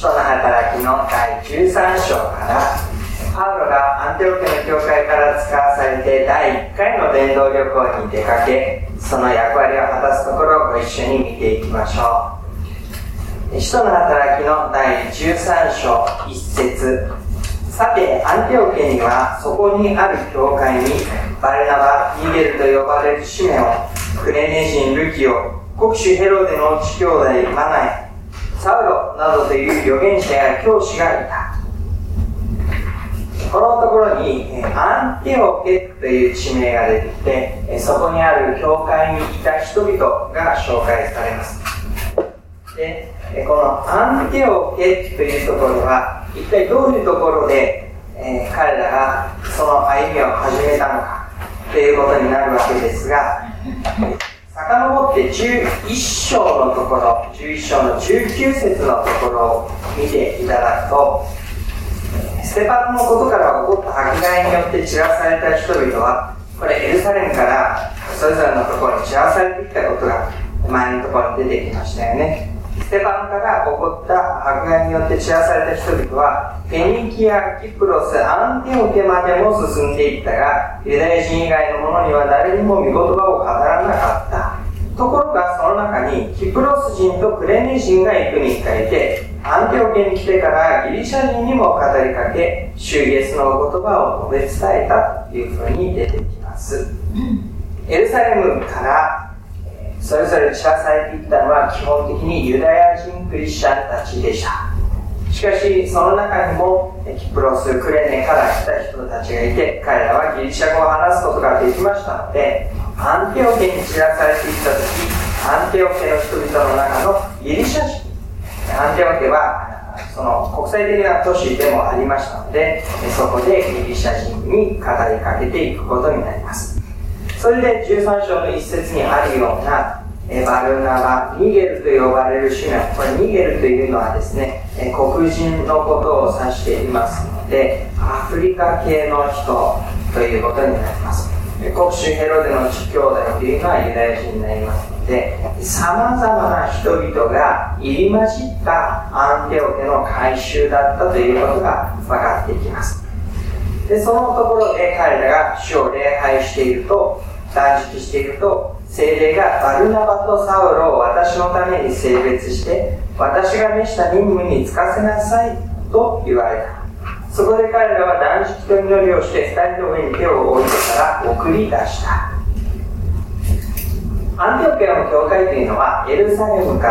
徒の働きの第13章から、パウロがアンテオケの教会から使わされて第1回の伝道旅行に出かけ、その役割を果たすところをご一緒に見ていきましょう。使徒の働きの第13章1節。さて、アンテオケにはそこにある教会にバルナバ、ニゲルと呼ばれるシメオン、クレネ人ルキオ、国主ヘロデの父兄弟マナエ、サウロなどという預言者や教師がいた。このところにアンテオケという地名が出てきて、そこにある教会にいた人々が紹介されます。で、このアンテオケというところは一体どういうところで、彼らがその歩みを始めたのかということになるわけですが、遡って11章のところ、11章の19節のところを見ていただくと、ステパノのことから起こった迫害によって散らされた人々は、これエルサレムからそれぞれのところに散らされてきたことが前のところに出てきましたよね。ステパノから起こった迫害によって散らされた人々は、フェニキア、キプロス、アンテオケまでも進んでいったが、ユダヤ人以外の者には誰にも御言葉を語らなかった。ところがその中にキプロス人とクレネ人が幾人かいて、アンテオケに来てからギリシャ人にも語りかけ、主イエスのお言葉を述べ伝えたというふうに出てきます。エルサレムからそれぞれ散らされていったのは基本的にユダヤ人クリスチャンたちでした。しかしその中にもキプロス、クレネから来た人たちがいて、彼らはギリシャ語を話すことができましたので、アンテオケに散らされていった時、アンテオケの人々の中のギリシャ人、アンテオケはその国際的な都市でもありましたので、そこでギリシャ人に語りかけていくことになります。それで13章の一節にあるようなバルナバ、ニゲルと呼ばれるシメオン、これニゲルというのはですね、黒人のことを指していますので、アフリカ系の人ということになります。国主ヘロデの父兄弟というのはユダヤ人になりますので、さまざまな人々が入り混じったアンテオケの改宗だったということが分かってきます。で、そのところで彼らが主を礼拝していると、断食していると、聖霊がバルナバとサウロを私のために性別して、私が召した任務に就かせなさいと言われた。そこで彼らは断食と祈りをして二人の上に手を置いてから送り出した。アンテオケの教会というのはエルサレムから、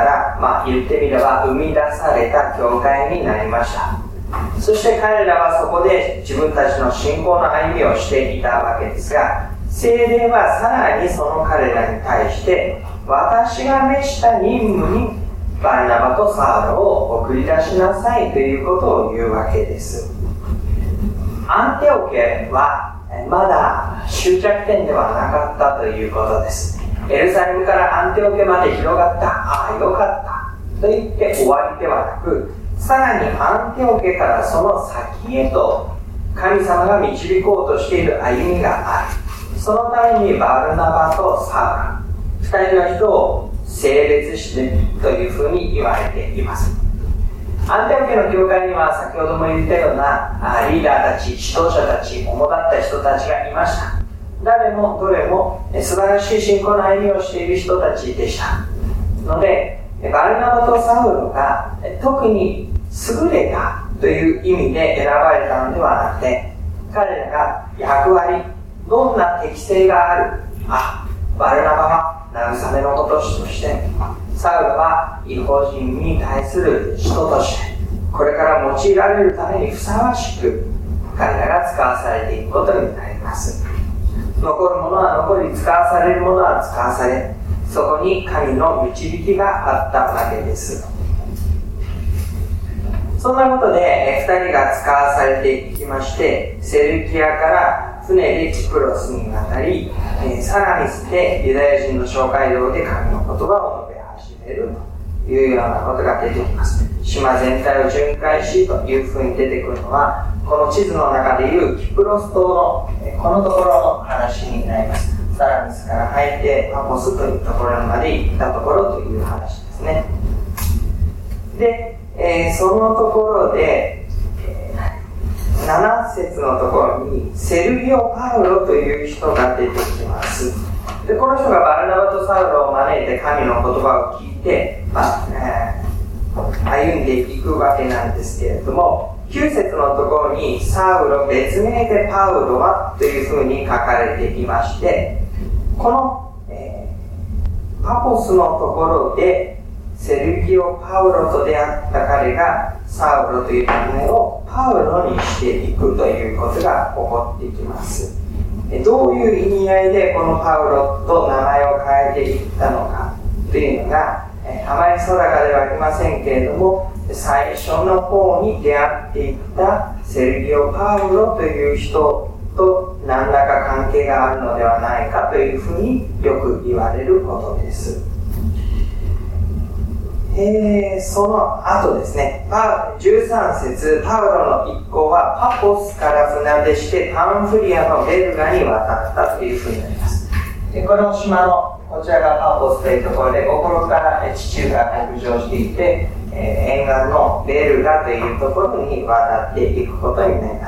言ってみれば生み出された教会になりました。そして彼らはそこで自分たちの信仰の歩みをしていたわけですが、聖霊はさらにその彼らに対して、私が召した任務にバルナバとサウロを送り出しなさいということを言うわけです。アンテオケはまだ終着点ではなかったということです。エルサレムからアンテオケまで広がった、ああよかったと言って終わりではなく、さらにアンテオケからその先へと神様が導こうとしている歩みがある。そのためにバルナバとサウロ、二人の人を性別してというふうに言われています。アンテオケの教会には先ほども言ったようなリーダーたち、指導者たち、主だった人たちがいました。誰もどれも素晴らしい信仰の歩みをしている人たちでしたので、バルナバとサウロが特に優れたという意味で選ばれたのではなくて、彼らが役割、どんな適性がある、バルナバは慰めの子としてサウロは異邦人に対する人としてこれから用いられるためにふさわしく彼らが使わされていくことになります。残るものは残り、使わされるものは使わされ、そこに神の導きがあったわけです。そんなことで2人が使わされていきまして、セルキアから船でキプロスに渡り、サラミスでユダヤ人の紹介料で神の言葉を述べ始めるというようなことが出てきます。島全体を巡回しというふうに出てくるのは、この地図の中でいうキプロス島のこのところの話になります。サラミスから入ってパフォスというところまで行ったところという話ですね。 で、そのところで、7節のところにセルギオ・パウロという人が出てきます。で、この人がバルナバとサウロを招いて神の言葉を聞いて、歩んでいくわけなんですけれども、9節のところにサウロ別名でパウロはというふうに書かれていまして、この、パポスのところでセルギオ・パウロと出会った彼がサウロという名前をパウロにしていくということが起こってきます。どういう意味合いでこのパウロと名前を変えていったのかというのがあまり定かではありませんけれども、最初の方に出会っていったセルギオ・パウロという人と何らか関係があるのではないかというふうによく言われることです。その後ですね、13節、パウロの一行はパポスから船出してパンフリアのベルガに渡ったというふうになります。この島のこちらがパポスというところで、ここから地中が北上していて、沿岸のベルガというところに渡っていくことになります。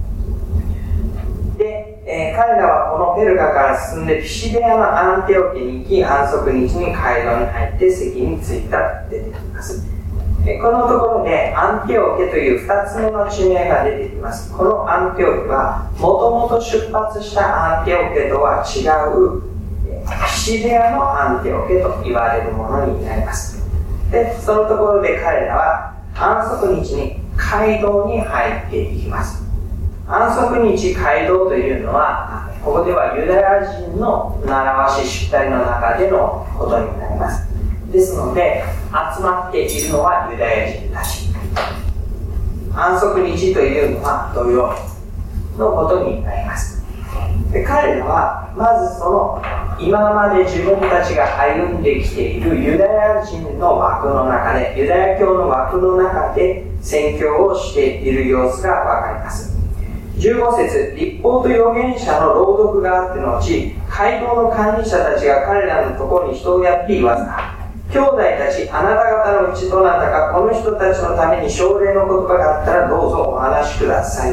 で、彼らはこのペルガから進んでピシデアのアンテオケに行き、安息日に街道に入って席に着いたと出てきます。このところでアンテオケという2つ目の地名が出てきます。このアンテオケはもともと出発したアンテオケとは違うピシデアのアンテオケと言われるものになります。で、そのところで彼らは安息日に街道に入っていきます。安息日街道というのは、ここではユダヤ人の習わししきたりの中でのことになります。ですので、集まっているのはユダヤ人たち。安息日というのは土曜日のことになります。で、彼らはまずその今まで自分たちが歩んできているユダヤ人の枠の中で、ユダヤ教の枠の中で宣教をしている様子がわかります。15節、律法と預言者の朗読があってのち、街道の管理者たちが彼らのところに人をやって言わせた。兄弟たち、あなた方のうちどなたかこの人たちのために奨励の言葉があったらどうぞお話しください。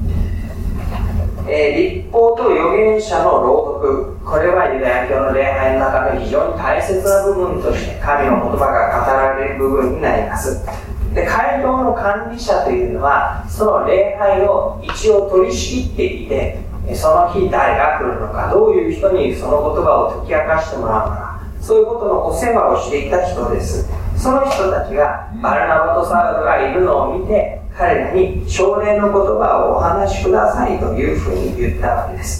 律法と預言者の朗読、これはユダヤ教の礼拝の中の非常に大切な部分として神の言葉が語られる部分になります。で、街道の管理者というのはその礼拝を一応取り仕切っていて、その日誰が来るのか、どういう人にその言葉を解き明かしてもらうのか、そういうことのお世話をしていた人です。その人たちがバルナバとサウロがいるのを見て、彼らに奨励の言葉をお話しくださいというふうに言ったわけです。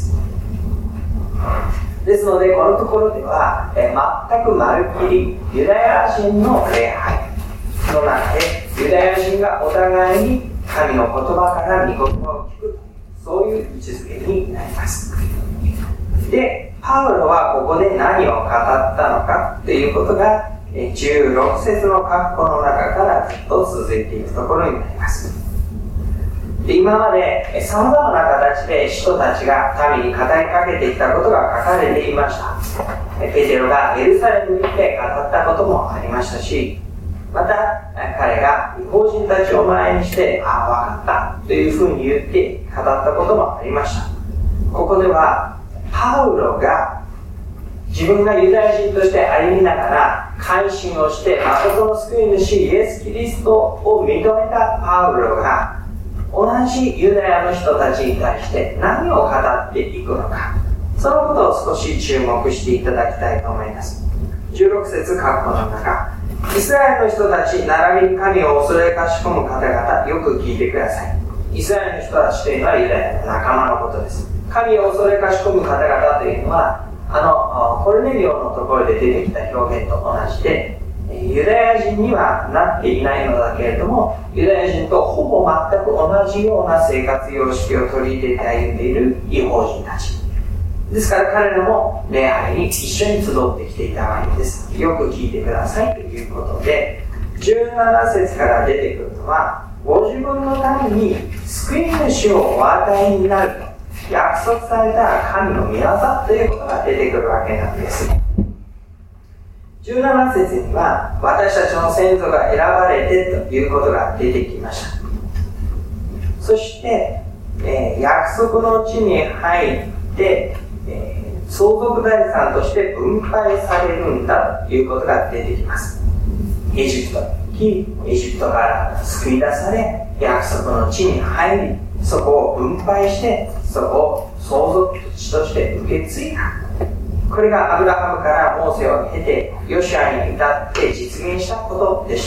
ですので、このところでは全くまるっきりユダヤ人の礼拝の中で、ユダヤ人がお互いに神の言葉から御言葉を聞く、そういう位置づけになります。で、パウロはここで何を語ったのかということが16節の括弧の中からずっと続いていくところになります。で、今までさまざまな形で使徒たちが神に語りかけてきたことが書かれていました。ペテロがエルサレムにて語ったこともありましたし、また彼が異邦人たちを前にして分かったというふうに言って語ったこともありました。ここではパウロが自分がユダヤ人として歩みながら改心をして誠の救い主イエス・キリストを認めたパウロが同じユダヤの人たちに対して何を語っていくのか、そのことを少し注目していただきたいと思います。16節括弧の中、イスラエルの人たち並びに神を恐れかし込む方々、よく聞いてください。イスラエルの人たちというのはユダヤの仲間のことです。神を恐れかし込む方々というのはコルネリオのところで出てきた表現と同じで、ユダヤ人にはなっていないのだけれども、ユダヤ人とほぼ全く同じような生活様式を取り入れて歩んでいる異邦人たちですから、彼らも礼拝に一緒に集ってきていたわけです。よく聞いてくださいということで、17節から出てくるのは、ご自分のために救い主をお与えになると約束された神の御業ということが出てくるわけなんです。 17節には私たちの先祖が選ばれてということが出てきました。そして、約束の地に入って、相続財産として分配されるんだということが出てきます。エジプトに行き、エジプトから救い出され、約束の地に入り、そこを分配して、そこを相続地として受け継いだ。これがアブラハムからモーセを経てヨシュアに至って実現したことでした。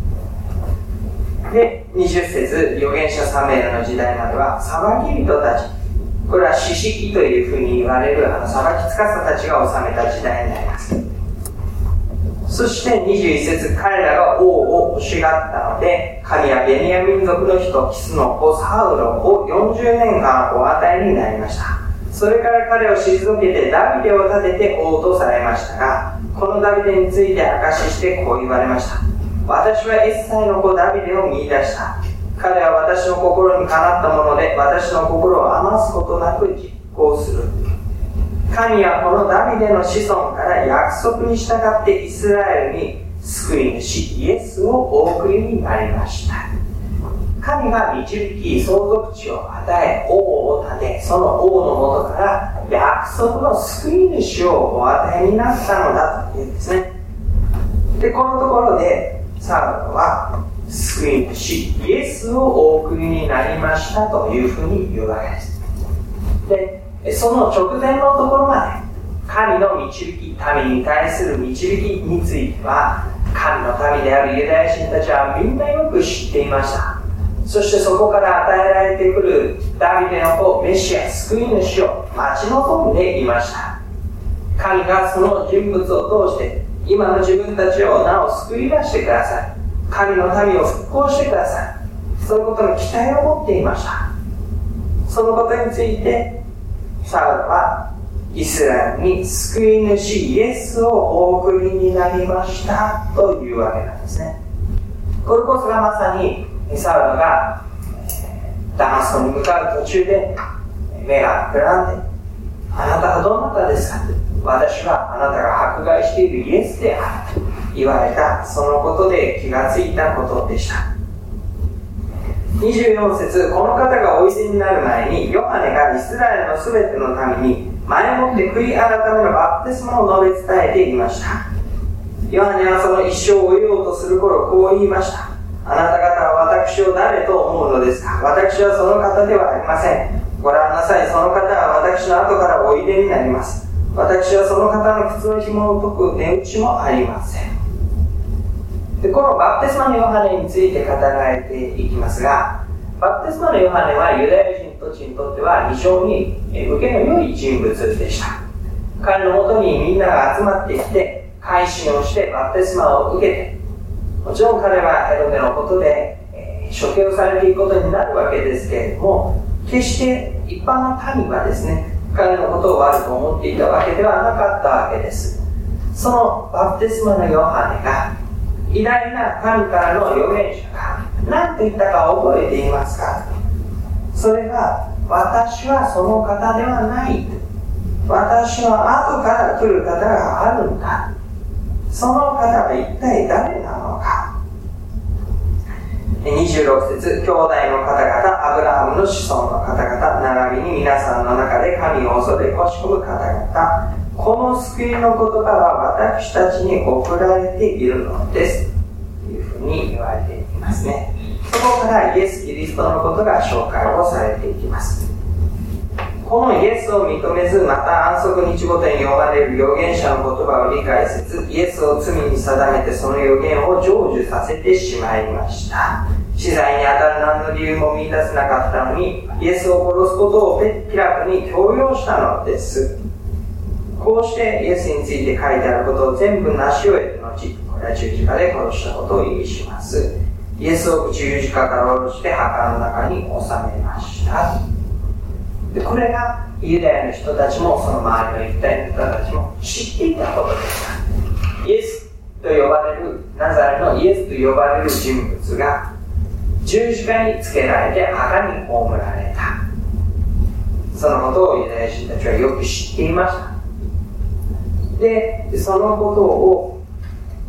で、20節預言者サムエルの時代までは裁き人たち、これは四式というふうに言われる裁き司たちが治めた時代になります。そして21節、彼らが王を欲しがったので、神はベニヤ民族の人キスの子サウロを40年間お与えになりました。それから彼を退けてダビデを立てて王とされましたが、このダビデについて証ししてこう言われました。私はエッサイの子ダビデを見出した。彼は私の心にかなったもので、私の心を余すことなく実行する。神はこのダビデの子孫から約束に従ってイスラエルに救い主イエスをお送りになりました。神が導き相続地を与え王を立て、その王のもとから約束の救い主をお与えになったのだというんですね。で、このところでサウロは救い主イエスをお送りになりましたというふうに言うわけです。で、その直前のところまで神の導き、民に対する導きについては神の民であるユダヤ人たちはみんなよく知っていました。そしてそこから与えられてくるダビデの子メシア救い主を待ち望んでいました。神がその人物を通して今の自分たちをなお救い出してください。神の民を復興してください。そういうことの期待を持っていました。そのことについてサウロはイスラエルに救い主イエスをお送りになりましたというわけなんですね。これこそがまさにサウロがダマスコに向かう途中で目がくらんで、あなたはどなたですか、私はあなたが迫害しているイエスであると言われた、そのことで気がついたことでした。24節、この方がおいでになる前にヨハネがイスラエルのすべての民に前もって悔い改めのバプテスマを述べ伝えていました。ヨハネはその一生を終えようとする頃こう言いました。あなた方は私を誰と思うのですか。私はその方ではありません。ご覧なさい、その方は私の後からおいでになります。私はその方の靴の紐を解く値打ちもありません。で、このバプテスマのヨハネについて語られていきますが、バプテスマのヨハネはユダヤ人たちにとっては非常に受けの良い人物でした。彼のもとにみんなが集まってきて改心をしてバプテスマを受けて、もちろん彼はヘロデのことで、処刑をされていくことになるわけですけれども、決して一般の民はですね、彼のことを悪く思っていたわけではなかったわけです。そのバプテスマのヨハネが偉大な神からの預言者が何と言ったか覚えていますか。それは、私はその方ではない、私の後から来る方があるんだ、その方は一体誰なのか。26節、兄弟の方々、アブラハムの子孫の方々、並びに皆さんの中で神を恐れこし込む方々、この救いの言葉は私たちに送られているのですというふうに言われていますね。そこからイエス・キリストのことが紹介をされていきます。このイエスを認めず、また安息日ごとに呼ばれる預言者の言葉を理解せず、イエスを罪に定めてその預言を成就させてしまいました。死罪に当たる何の理由も見出せなかったのに、イエスを殺すことをピラトに強要したのです。こうしてイエスについて書いてあることを全部成し終えた後、これは十字架で殺したことを意味します。イエスを十字架から下ろして墓の中に収めました。で、これがユダヤの人たちもその周りのユダヤの人たちも知っていたことでした。イエスと呼ばれる、ナザレのイエスと呼ばれる人物が十字架につけられて墓に葬られた。そのことをユダヤ人たちはよく知っていました。で、そのことを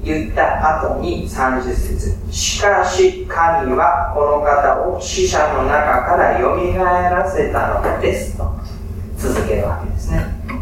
言った後に30節、しかし神はこの方を死者の中からよみがえらせたのですと続けるわけですね。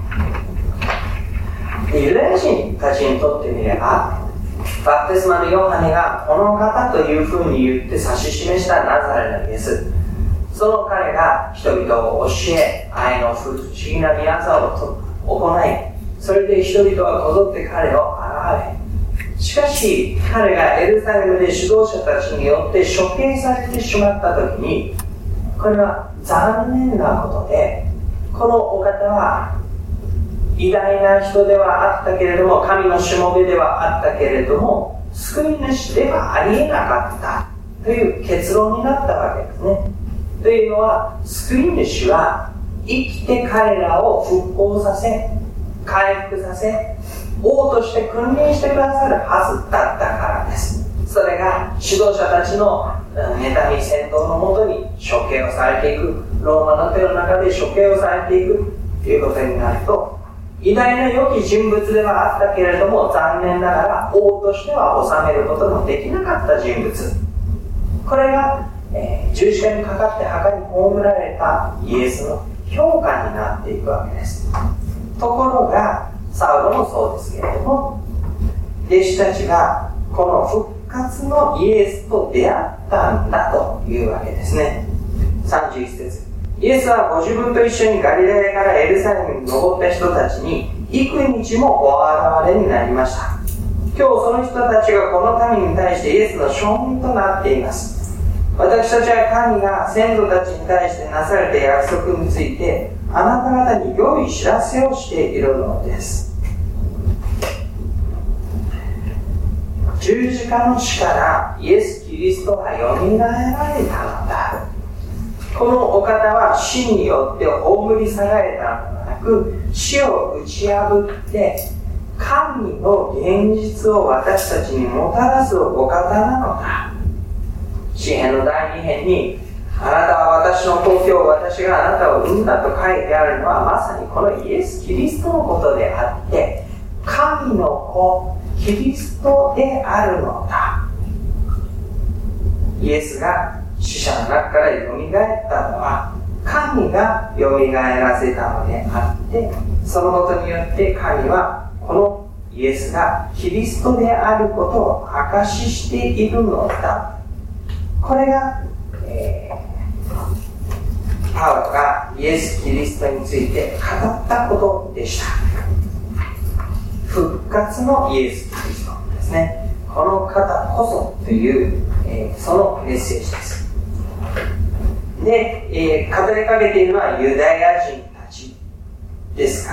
ユダヤ人たちにとってみれば、バプテスマのヨハネがこの方というふうに言って指し示したナザレのイエス、その彼が人々を教え、愛の不思議な御業を行い、それで人々はこぞって彼を崇め、しかし彼がエルサレムで指導者たちによって処刑されてしまった時に、これは残念なことで、このお方は偉大な人ではあったけれども、神のしもべではあったけれども、救い主ではありえなかったという結論になったわけですね。というのは、救い主は生きて彼らを復興させ、回復させ、王として君臨してくださるはずだったからです。それが指導者たちの妬み戦闘のもとに処刑をされていく、ローマの手の中で処刑をされていくということになると、偉大な良き人物ではあったけれども、残念ながら王としては治めることのできなかった人物、これが、十字架にかかって墓に葬られたイエスの評価になっていくわけです。ところがサウロもそうですけれども、弟子たちがこの復活のイエスと出会ったんだというわけですね。31節、イエスはご自分と一緒にガリラヤからエルサレムに登った人たちに幾日もお現れになりました。今日その人たちがこの民に対してイエスの証人となっています。私たちは神が先祖たちに対してなされた約束についてあなた方に良い知らせをしているのです。十字架の死からイエス・キリストがよみがえられたのだ。このお方は死によって葬り去られたのではなく、死を打ち破って神の現実を私たちにもたらすお方なのだ。詩編の第2編に、あなたは私の故郷、私があなたを生んだと書いてあるのは、まさにこのイエス・キリストのことであって、神の子キリストであるのだ。イエスが死者の中からよみがえったのは、神がよみがえらせたのであって、そのことによって神はこのイエスがキリストであることを証ししているのだ。これが、パウロがイエス・キリストについて語ったことでした。復活のイエス・キリストですね。この方こそという、そのメッセージです。で、語りかけているのはユダヤ人たちですから、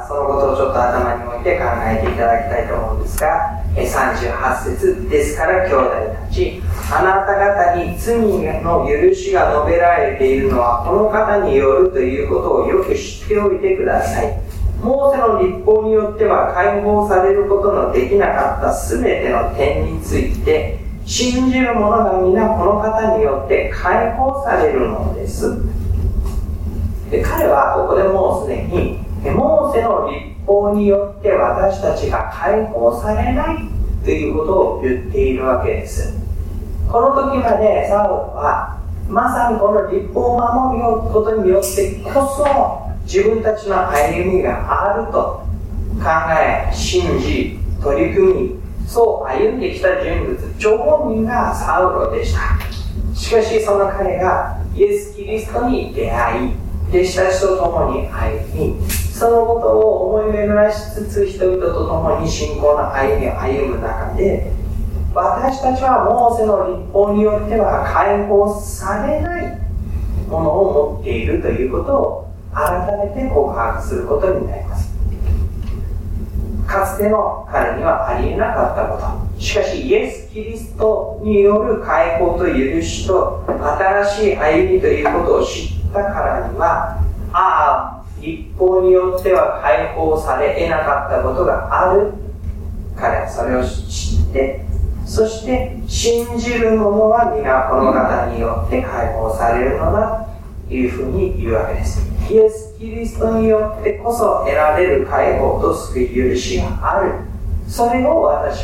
そのことをちょっと頭に置いて考えていただきたいと思うんですが、38節、ですから兄弟たち、あなた方に罪の許しが述べられているのはこの方によるということをよく知っておいてください。モーセの律法によっては解放されることのできなかったすべての点について、信じる者が皆この方によって解放されるのです。で、彼はここでもうすでにモーセの律法によって私たちが解放されないということを言っているわけです。この時までサウロはまさにこの律法を守ることによってこそ自分たちの歩みがあると考え、信じ、取り組み、そう歩んできた人物、張本人がサウロでした。しかしその彼がイエス・キリストに出会い、弟子たちと共に歩み、そのことを思い巡らしつつ人々と共に信仰の歩みを歩む中で、私たちはモーセの律法によっては解放されないものを持っているということを改めて告白することになります。かつての彼にはありえなかったこと、しかしイエス・キリストによる解放と許しと新しい歩みということを知ったからには、律法によっては解放され得なかったことがある。彼はそれを知って、そして信じる者は皆この方によって解放されるのだというふうに言うわけです。イエス・キリストによってこそ得られる解放と救い許しがある。それを私は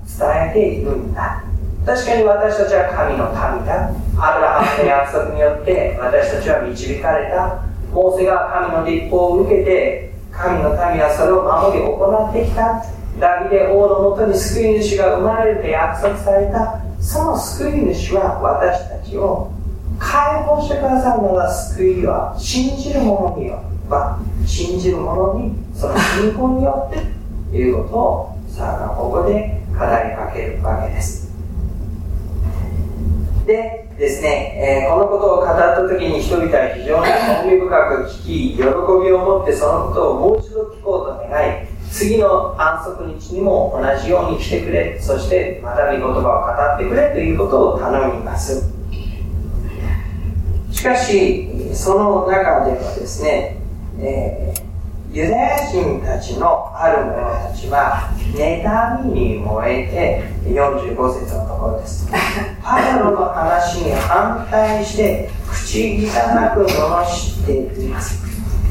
伝えているんだ。確かに私たちは神の民だ。アブラハムの約束によって私たちは導かれた。モーセが神の律法を受けて、神の民はそれを守り行ってきた。ダビデ王のもとに救い主が生まれると約束された。その救い主は私たちを解放してくださるのだ。救いは信じる者によって信じる者にその信仰によってということをサウルはここで語りかけるわけです。でですね、このことを語った時に人々は非常に興味深く聞き、喜びを持ってそのことをもう一度聞こうと願い、次の安息日にも同じように来てくれ、そしてまた御言葉を語ってくれということを頼みます。しかしその中ではですね、ユダヤ人たちのある者たちは妬みに燃えて、45節のところです。パウロの話に反対して口汚く罵っています。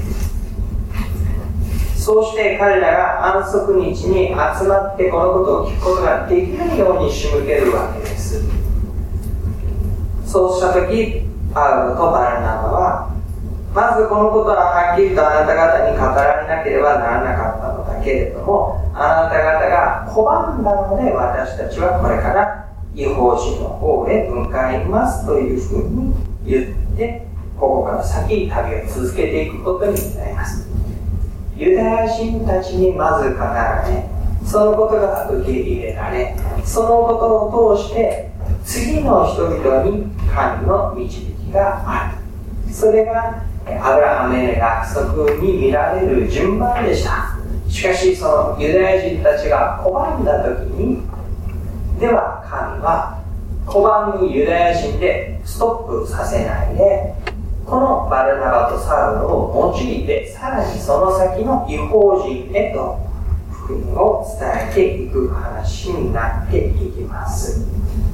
そうして彼らが安息日に集まってこのことを聞くことができるように仕向けるわけです。そうしたとき、パウロとバルナバはまずこのことははっきりとあなた方に語られなければならなかったのだけれども、あなた方が拒んだので私たちはこれから異邦人の方へ向かいますというふうに言って、ここから先旅を続けていくことになります。ユダヤ人たちにまず語られ、そのことが受け入れられ、そのことを通して次の人々に神の導きがある。それがアブラハムへの約束に見られる順番でした。しかしそのユダヤ人たちが拒んだ時に、では神は拒むユダヤ人でストップさせないで、このバルナバとサウルを用いて、さらにその先の異邦人へと福音を伝えていく話になっていきます。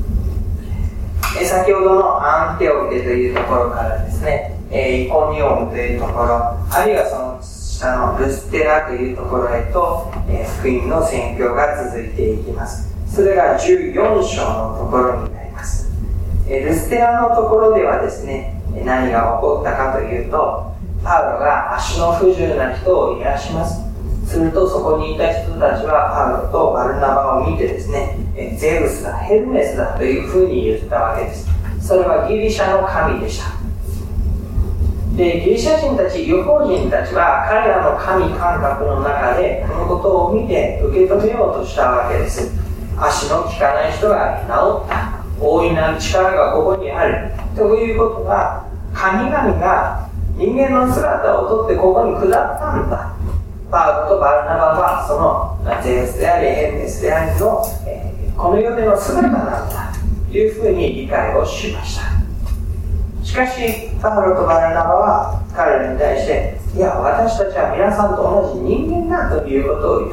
先ほどのアンテオケというところからですね、イコニオムというところ、あるいはその下のルステラというところへと、福音の宣教が続いていきます。それが14章のところになります。ルステラのところではですね、何が起こったかというと、パウロが足の不自由な人を癒します。するとそこにいた人たちはパウロとバルナバを見てですね、ゼウスだ、ヘルメスだというふうに言ったわけです。それはギリシャの神でした。で、ギリシャ人たち、ユホ人たちは彼らの神感覚の中でこのことを見て受け止めようとしたわけです。足の効かない人が治った、大いなる力がここにあるということは、神々が人間の姿をとってここに下ったんだ。パウロとバルナバはそのゼウスでありヘルメスでありの、この世での姿なんだというふうに理解をしました。しかしパウロとバルナバは彼らに対して、いや私たちは皆さんと同じ人間だということを言って、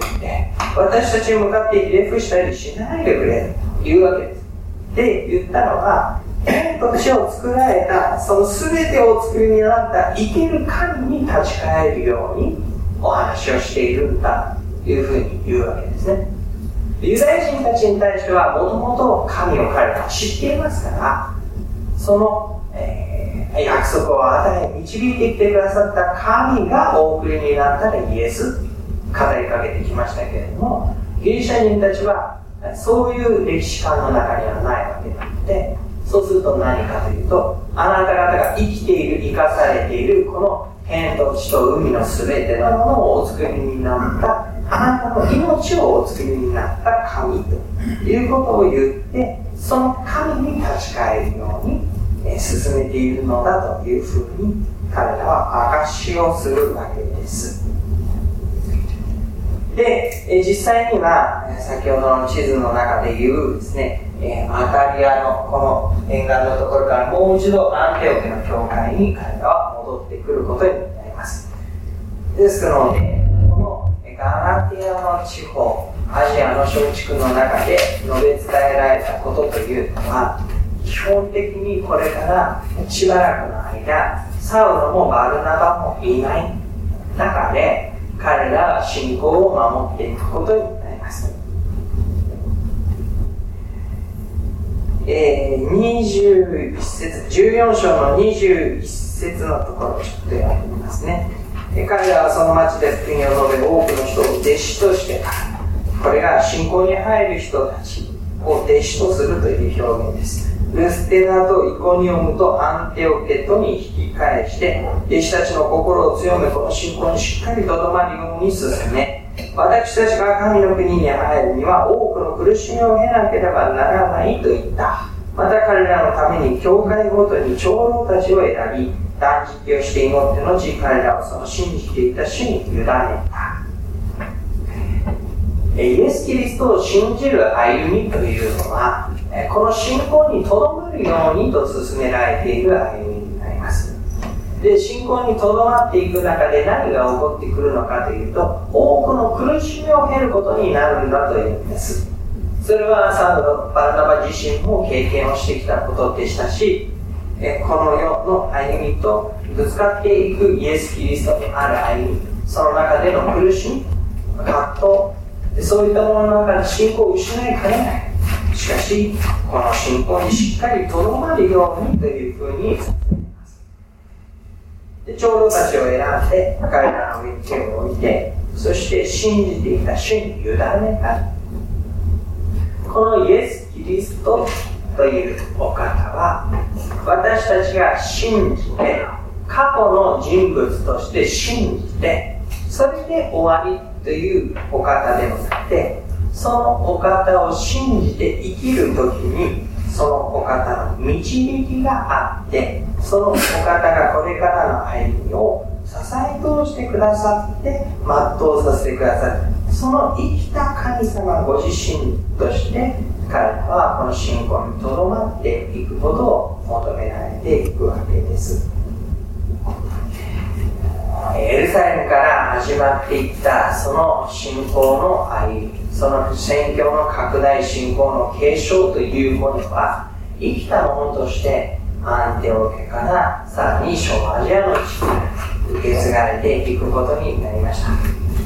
私たちに向かってひれ伏したりしないでくれというわけです。で言ったのは、天と地を作られたその全てを作りになった生ける神に立ち返るようにお話をしているんだというふうに言うわけですね。ユダヤ人たちに対してはもともと神を彼らは知っていますから、その、約束を与え導いてきてくださった神がお送りになったらイエス語りかけてきましたけれども、ギリシャ人たちはそういう歴史観の中にはないわけなので、そうすると何かというと、あなた方が生きている、生かされているこの天と地と海のすべてのものをお作りになったあなたの命をお作りになった神ということを言って、その神に立ち返るように進めているのだというふうに彼らは証しをするわけです。で、実際には先ほどの地図の中でいうですね、アタリアのこの沿岸のところからもう一度アンテオケの教会に彼らは戻ってくることになります。ですので、このガラティアの地方、アジアの小地区の中で述べ伝えられたことというのは、基本的にこれからしばらくの間、サウロもバルナバもいない中で彼らは信仰を守っていくことになります。 21節、14章の21節のところをちょっと読んでみますね。彼らはその町で福音を述べ、多くの人を弟子としてた。これが信仰に入る人たちを弟子とするという表現です。ルステラとイコニオムとアンテオケトに引き返して、弟子たちの心を強め、この信仰にしっかりとどまるように進め、私たちが神の国に入るには多くの苦しみを経なければならないと言った。また彼らのために教会ごとに長老たちを選び、断食をして祈ってのち、彼らをその信じていた主に委ねた。イエス・キリストを信じる歩みというのは、この信仰にとどまるようにと進められている歩みになります。で、信仰にとどまっていく中で何が起こってくるのかというと、多くの苦しみを経ることになるんだというんです。それはサウロ、バルナバ自身も経験をしてきたことでしたし、この世の歩みとぶつかっていくイエス・キリストにある歩み、その中での苦しみ、葛藤、そういったものの中で信仰を失いかねない。しかし、この信仰にしっかりとどまるようにというふうにさせています。で、長老たちを選んで、彼らの上に手を置いて、そして信じていた主に委ねた。このイエス・キリストというお方は、私たちが信じて、過去の人物として信じて、それで終わりというお方ではなくて、そのお方を信じて生きるときに、そのお方の導きがあって、そのお方がこれからの歩みを支え通してくださって、全うさせてくださる。その生きた神様ご自身として、彼らはこの信仰にとどまっていくことを求められていくわけです。エルサレムから始まっていったその信仰の歩み、その宣教の拡大、信仰の継承というものは生きたものとしてアンテオケからさらに小アジアの地域に受け継がれていくことになりました。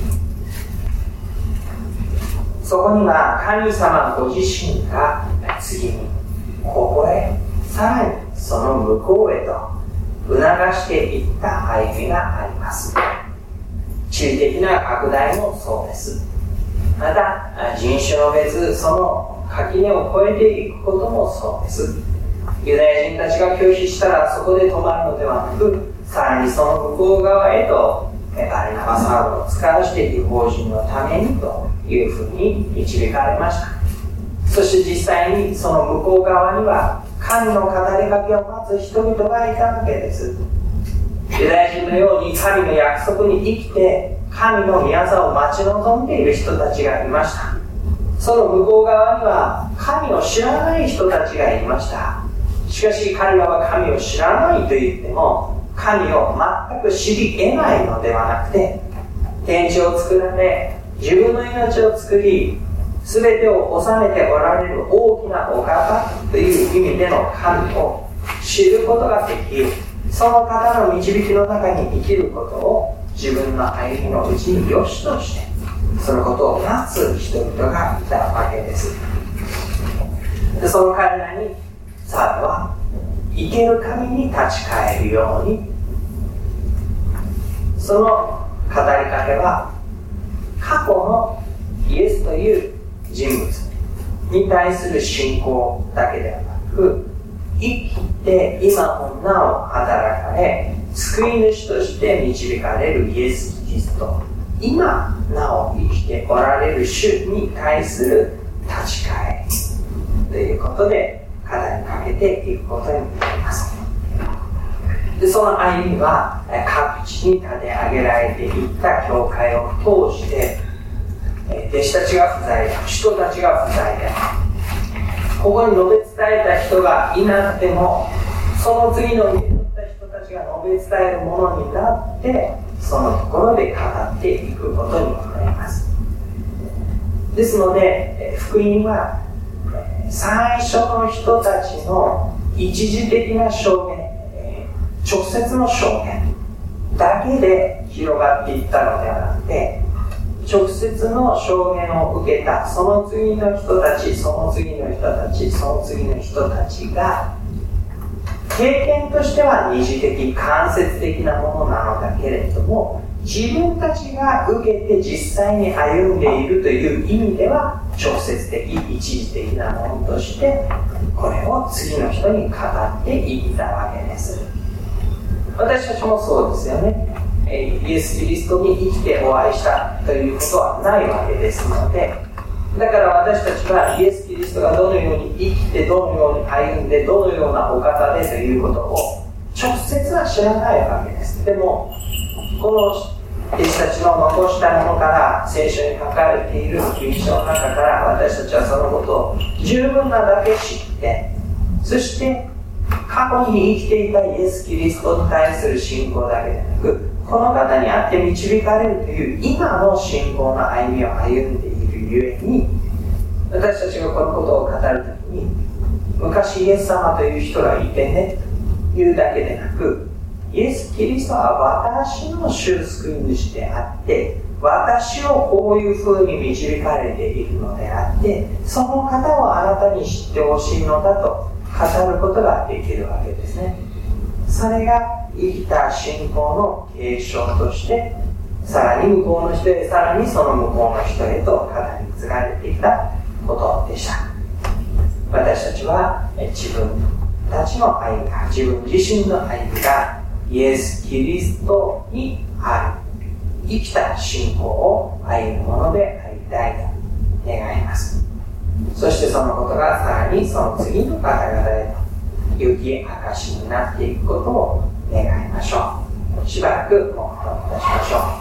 そこには神様ご自身が次にここへ、さらにその向こうへと促していった歩みがあります。地理的な拡大もそうです。また人種の別、その垣根を越えていくこともそうです。ユダヤ人たちが拒否したらそこで止まるのではなく、さらにその向こう側へとバルナバサウロを使わして違法人のためにというふうに導かれました。そして実際にその向こう側には神の語りかけを待つ人々がいたわけです。ユダヤ人のように神の約束に生きて神の御業を待ち望んでいる人たちがいました。その向こう側には神を知らない人たちがいました。しかし彼らは神を知らないと言っても、神を全く知り得ないのではなくて、天地を作られ、自分の命を作り、全てを治めておられる大きなお方という意味での神を知ることができる。その方の導きの中に生きることを自分の歩みのうちに良しとして、そのことを待つ人々がいたわけです。で、その彼らにサウロは生ける神に立ち返るように、その語りかけは過去のイエスという人物に対する信仰だけではなく、生きて今もなお働かれ救い主として導かれるイエス・キリスト、今なお生きておられる主に対する立ち返りということで語りかけていくことになります。で、その歩みは各地に立て上げられていった教会を通して、弟子たちが不在で、人たちが不在で、ここに述べ伝えた人がいなくても、その次の受け取った人たちが述べ伝えるものになって、そのところで語っていくことになります。ですので、福音は最初の人たちの一時的な証言、直接の証言だけで広がっていったのではなくて、 直接の証言を受けたその次の人たち、その次の人たち、その次の人たちが経験としては二次的、間接的なものなのだけれども、自分たちが受けて実際に歩んでいるという意味では直接的、一時的なものとしてこれを次の人に語っていったわけです。私たちもそうですよね。イエス・キリストに生きてお会いしたということはないわけですので、だから私たちはイエス・キリストがどのように生きて、どのように歩んで、どのようなお方でということを直接は知らないわけです。でもこの弟子たちの残したものから聖書に書かれている歴史の中から私たちはそのことを十分なだけ知って、そして過去に生きていたイエス・キリストに対する信仰だけでなく、この方にあって導かれるという今の信仰の歩みを歩んでいるゆえに、私たちがこのことを語るときに昔イエス様という人がいてねというだけでなく、イエス・キリストは私の主救い主であって、私をこういうふうに導かれているのであって、その方をあなたに知ってほしいのだと語ることができるわけですね。それが生きた信仰の継承として、さらに向こうの人へ、さらにその向こうの人へと語り継がれていたことでした。私たちは自分たちの歩みが、自分自身の歩みがイエス・キリストにある生きた信仰を歩むものでありたいと願います。そしてそのことがさらにその次の方々へと良き証になっていくことを願いましょう。しばらく黙祷いたしましょう。